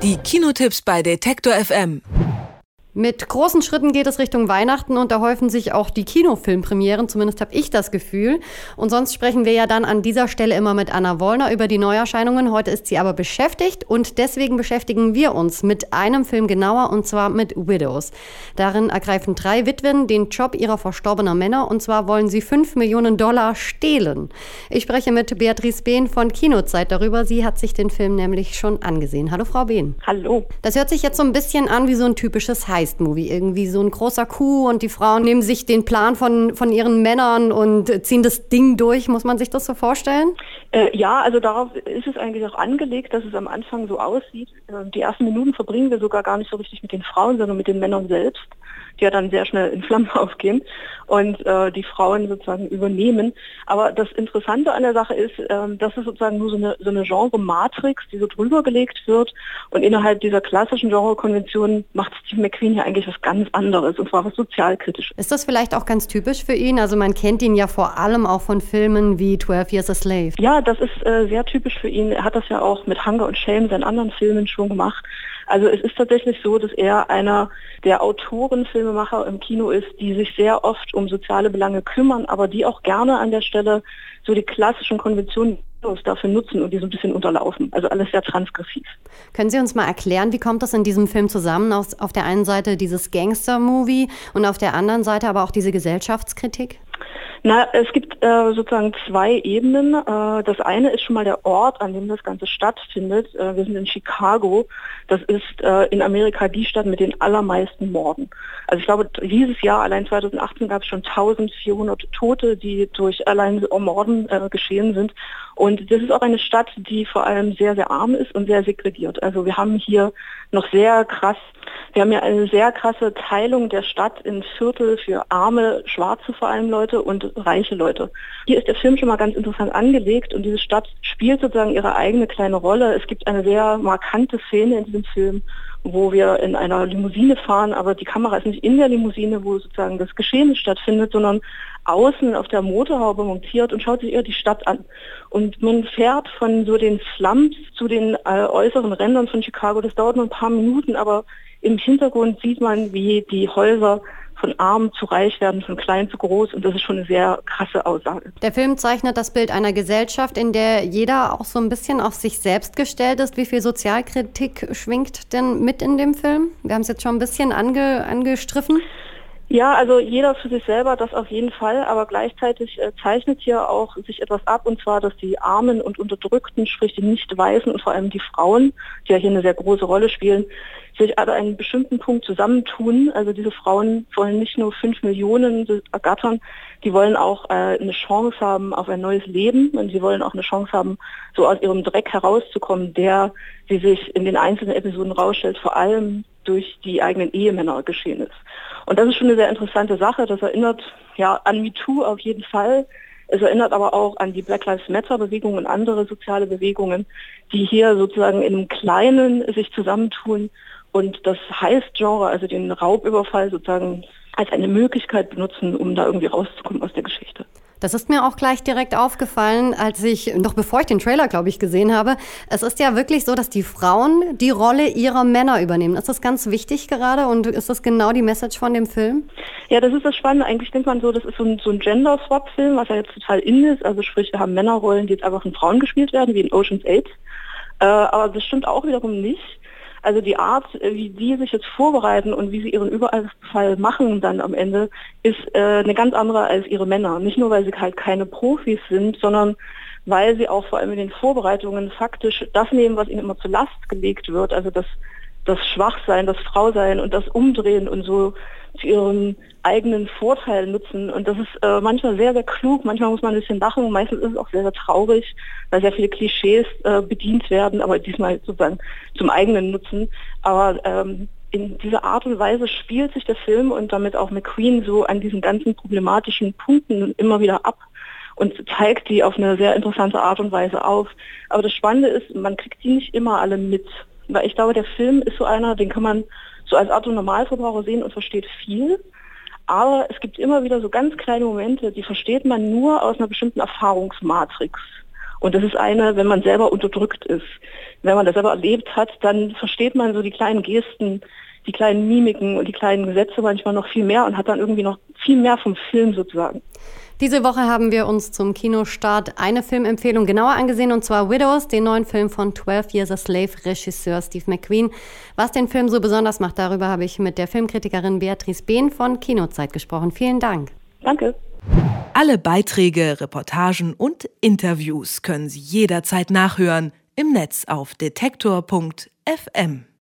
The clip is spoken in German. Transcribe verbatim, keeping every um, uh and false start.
Die Kinotipps bei Detektor F M. Mit großen Schritten geht es Richtung Weihnachten und da häufen sich auch die Kinofilmpremieren, zumindest habe ich das Gefühl. Und sonst sprechen wir ja dann an dieser Stelle immer mit Anna Wollner über die Neuerscheinungen. Heute ist sie aber beschäftigt und deswegen beschäftigen wir uns mit einem Film genauer, und zwar mit Widows. Darin ergreifen drei Witwen den Job ihrer verstorbenen Männer, und zwar wollen sie fünf Millionen Dollar stehlen. Ich spreche mit Beatrice Behn von Kinozeit darüber. Sie hat sich den Film nämlich schon angesehen. Hallo Frau Behn. Hallo. Das hört sich jetzt so ein bisschen an wie so ein typisches Heist. Movie. Irgendwie so ein großer Coup und die Frauen nehmen sich den Plan von, von ihren Männern und ziehen das Ding durch. Muss man sich das so vorstellen? Äh, ja, also darauf ist es eigentlich auch angelegt, dass es am Anfang so aussieht. Äh, die ersten Minuten verbringen wir sogar gar nicht so richtig mit den Frauen, sondern mit den Männern selbst, die ja dann sehr schnell in Flammen aufgehen und äh, die Frauen sozusagen übernehmen. Aber das Interessante an der Sache ist, äh, dass es sozusagen nur so eine, so eine Genre-Matrix, die so drüber gelegt wird, und innerhalb dieser klassischen Genre-Konvention macht Steve McQueen hier eigentlich was ganz anderes, und zwar was sozialkritisches. Ist das vielleicht auch ganz typisch für ihn? Also man kennt ihn ja vor allem auch von Filmen wie twelve Years a Slave. Ja, das ist äh, sehr typisch für ihn. Er hat das ja auch mit Hunger und Shame, seinen anderen Filmen, schon gemacht. Also es ist tatsächlich so, dass er einer der Autoren, Filmemacher im Kino ist, die sich sehr oft um soziale Belange kümmern, aber die auch gerne an der Stelle so die klassischen Konventionen dafür nutzen und die so ein bisschen unterlaufen. Also alles sehr transgressiv. Können Sie uns mal erklären, wie kommt das in diesem Film zusammen? Auf, auf der einen Seite dieses Gangster-Movie und auf der anderen Seite aber auch diese Gesellschaftskritik? Na, es gibt äh, sozusagen zwei Ebenen. Äh, das eine ist schon mal der Ort, an dem das Ganze stattfindet. Äh, wir sind in Chicago. Das ist äh, in Amerika die Stadt mit den allermeisten Morden. Also ich glaube, dieses Jahr, allein zweitausendachtzehn, gab es schon eintausendvierhundert Tote, die durch allein Morden äh, geschehen sind. Und das ist auch eine Stadt, die vor allem sehr, sehr arm ist und sehr segregiert. Also wir haben hier noch sehr krass, wir haben ja eine sehr krasse Teilung der Stadt in Viertel für arme, schwarze vor allem Leute und reiche Leute. Hier ist der Film schon mal ganz interessant angelegt und diese Stadt spielt sozusagen ihre eigene kleine Rolle. Es gibt eine sehr markante Szene in diesem Film, wo wir in einer Limousine fahren, aber die Kamera ist nicht in der Limousine, wo sozusagen das Geschehen stattfindet, sondern außen auf der Motorhaube montiert und schaut sich eher die Stadt an. Und man fährt von so den Slums zu den äh, äußeren Rändern von Chicago. Das dauert nur ein paar Minuten, aber im Hintergrund sieht man, wie die Häuser von arm zu reich werden, von klein zu groß, und das ist schon eine sehr krasse Aussage. Der Film zeichnet das Bild einer Gesellschaft, in der jeder auch so ein bisschen auf sich selbst gestellt ist. Wie viel Sozialkritik schwingt denn mit in dem Film? Wir haben es jetzt schon ein bisschen ange, angestriffen. Ja, also jeder für sich selber, das auf jeden Fall, aber gleichzeitig äh, zeichnet hier auch sich etwas ab, und zwar, dass die Armen und Unterdrückten, sprich die Nicht-Weißen und vor allem die Frauen, die ja hier eine sehr große Rolle spielen, sich an einem bestimmten Punkt zusammentun. Also diese Frauen wollen nicht nur fünf Millionen ergattern, die wollen auch äh, eine Chance haben auf ein neues Leben, und sie wollen auch eine Chance haben, so aus ihrem Dreck herauszukommen, der, wie sich in den einzelnen Episoden rausstellt, vor allem durch die eigenen Ehemänner geschehen ist. Und das ist schon eine sehr interessante Sache. Das erinnert ja an MeToo auf jeden Fall. Es erinnert aber auch an die Black Lives Matter Bewegung und andere soziale Bewegungen, die hier sozusagen in einem Kleinen sich zusammentun und das Heist-Genre, also den Raubüberfall sozusagen als eine Möglichkeit benutzen, um da irgendwie rauszukommen aus der Geschichte. Das ist mir auch gleich direkt aufgefallen, als ich, noch bevor ich den Trailer, glaube ich, gesehen habe. Es ist ja wirklich so, dass die Frauen die Rolle ihrer Männer übernehmen. Ist das ganz wichtig gerade, und ist das genau die Message von dem Film? Ja, das ist das Spannende. Eigentlich denkt man so, das ist so ein, so ein Gender-Swap-Film, was ja jetzt total in ist. Also sprich, wir haben Männerrollen, die jetzt einfach von Frauen gespielt werden, wie in Ocean's Eight. Äh, aber das stimmt auch wiederum nicht. Also die Art, wie die sich jetzt vorbereiten und wie sie ihren Überfall machen dann am Ende, ist äh, eine ganz andere als ihre Männer. Nicht nur, weil sie halt keine Profis sind, sondern weil sie auch vor allem in den Vorbereitungen faktisch das nehmen, was ihnen immer zur Last gelegt wird. Also das, das Schwachsein, das Frausein und das Umdrehen und so zu ihrem eigenen Vorteil nutzen. Und das ist äh, manchmal sehr, sehr klug. Manchmal muss man ein bisschen lachen. Meistens ist es auch sehr, sehr traurig, weil sehr viele Klischees äh, bedient werden, aber diesmal sozusagen zum eigenen Nutzen. Aber ähm, in dieser Art und Weise spielt sich der Film und damit auch McQueen so an diesen ganzen problematischen Punkten immer wieder ab und zeigt die auf eine sehr interessante Art und Weise auf. Aber das Spannende ist, man kriegt die nicht immer alle mit. Weil ich glaube, der Film ist so einer, den kann man so als Otto-Normalverbraucher sehen und versteht viel. Aber es gibt immer wieder so ganz kleine Momente, die versteht man nur aus einer bestimmten Erfahrungsmatrix. Und das ist eine, wenn man selber unterdrückt ist. Wenn man das selber erlebt hat, dann versteht man so die kleinen Gesten, die kleinen Mimiken und die kleinen Gesetze manchmal noch viel mehr und hat dann irgendwie noch viel mehr vom Film sozusagen. Diese Woche haben wir uns zum Kinostart eine Filmempfehlung genauer angesehen, und zwar Widows, den neuen Film von twelve Years a Slave Regisseur Steve McQueen. Was den Film so besonders macht, darüber habe ich mit der Filmkritikerin Beatrice Behn von Kinozeit gesprochen. Vielen Dank. Danke. Alle Beiträge, Reportagen und Interviews können Sie jederzeit nachhören im Netz auf detektor punkt f m.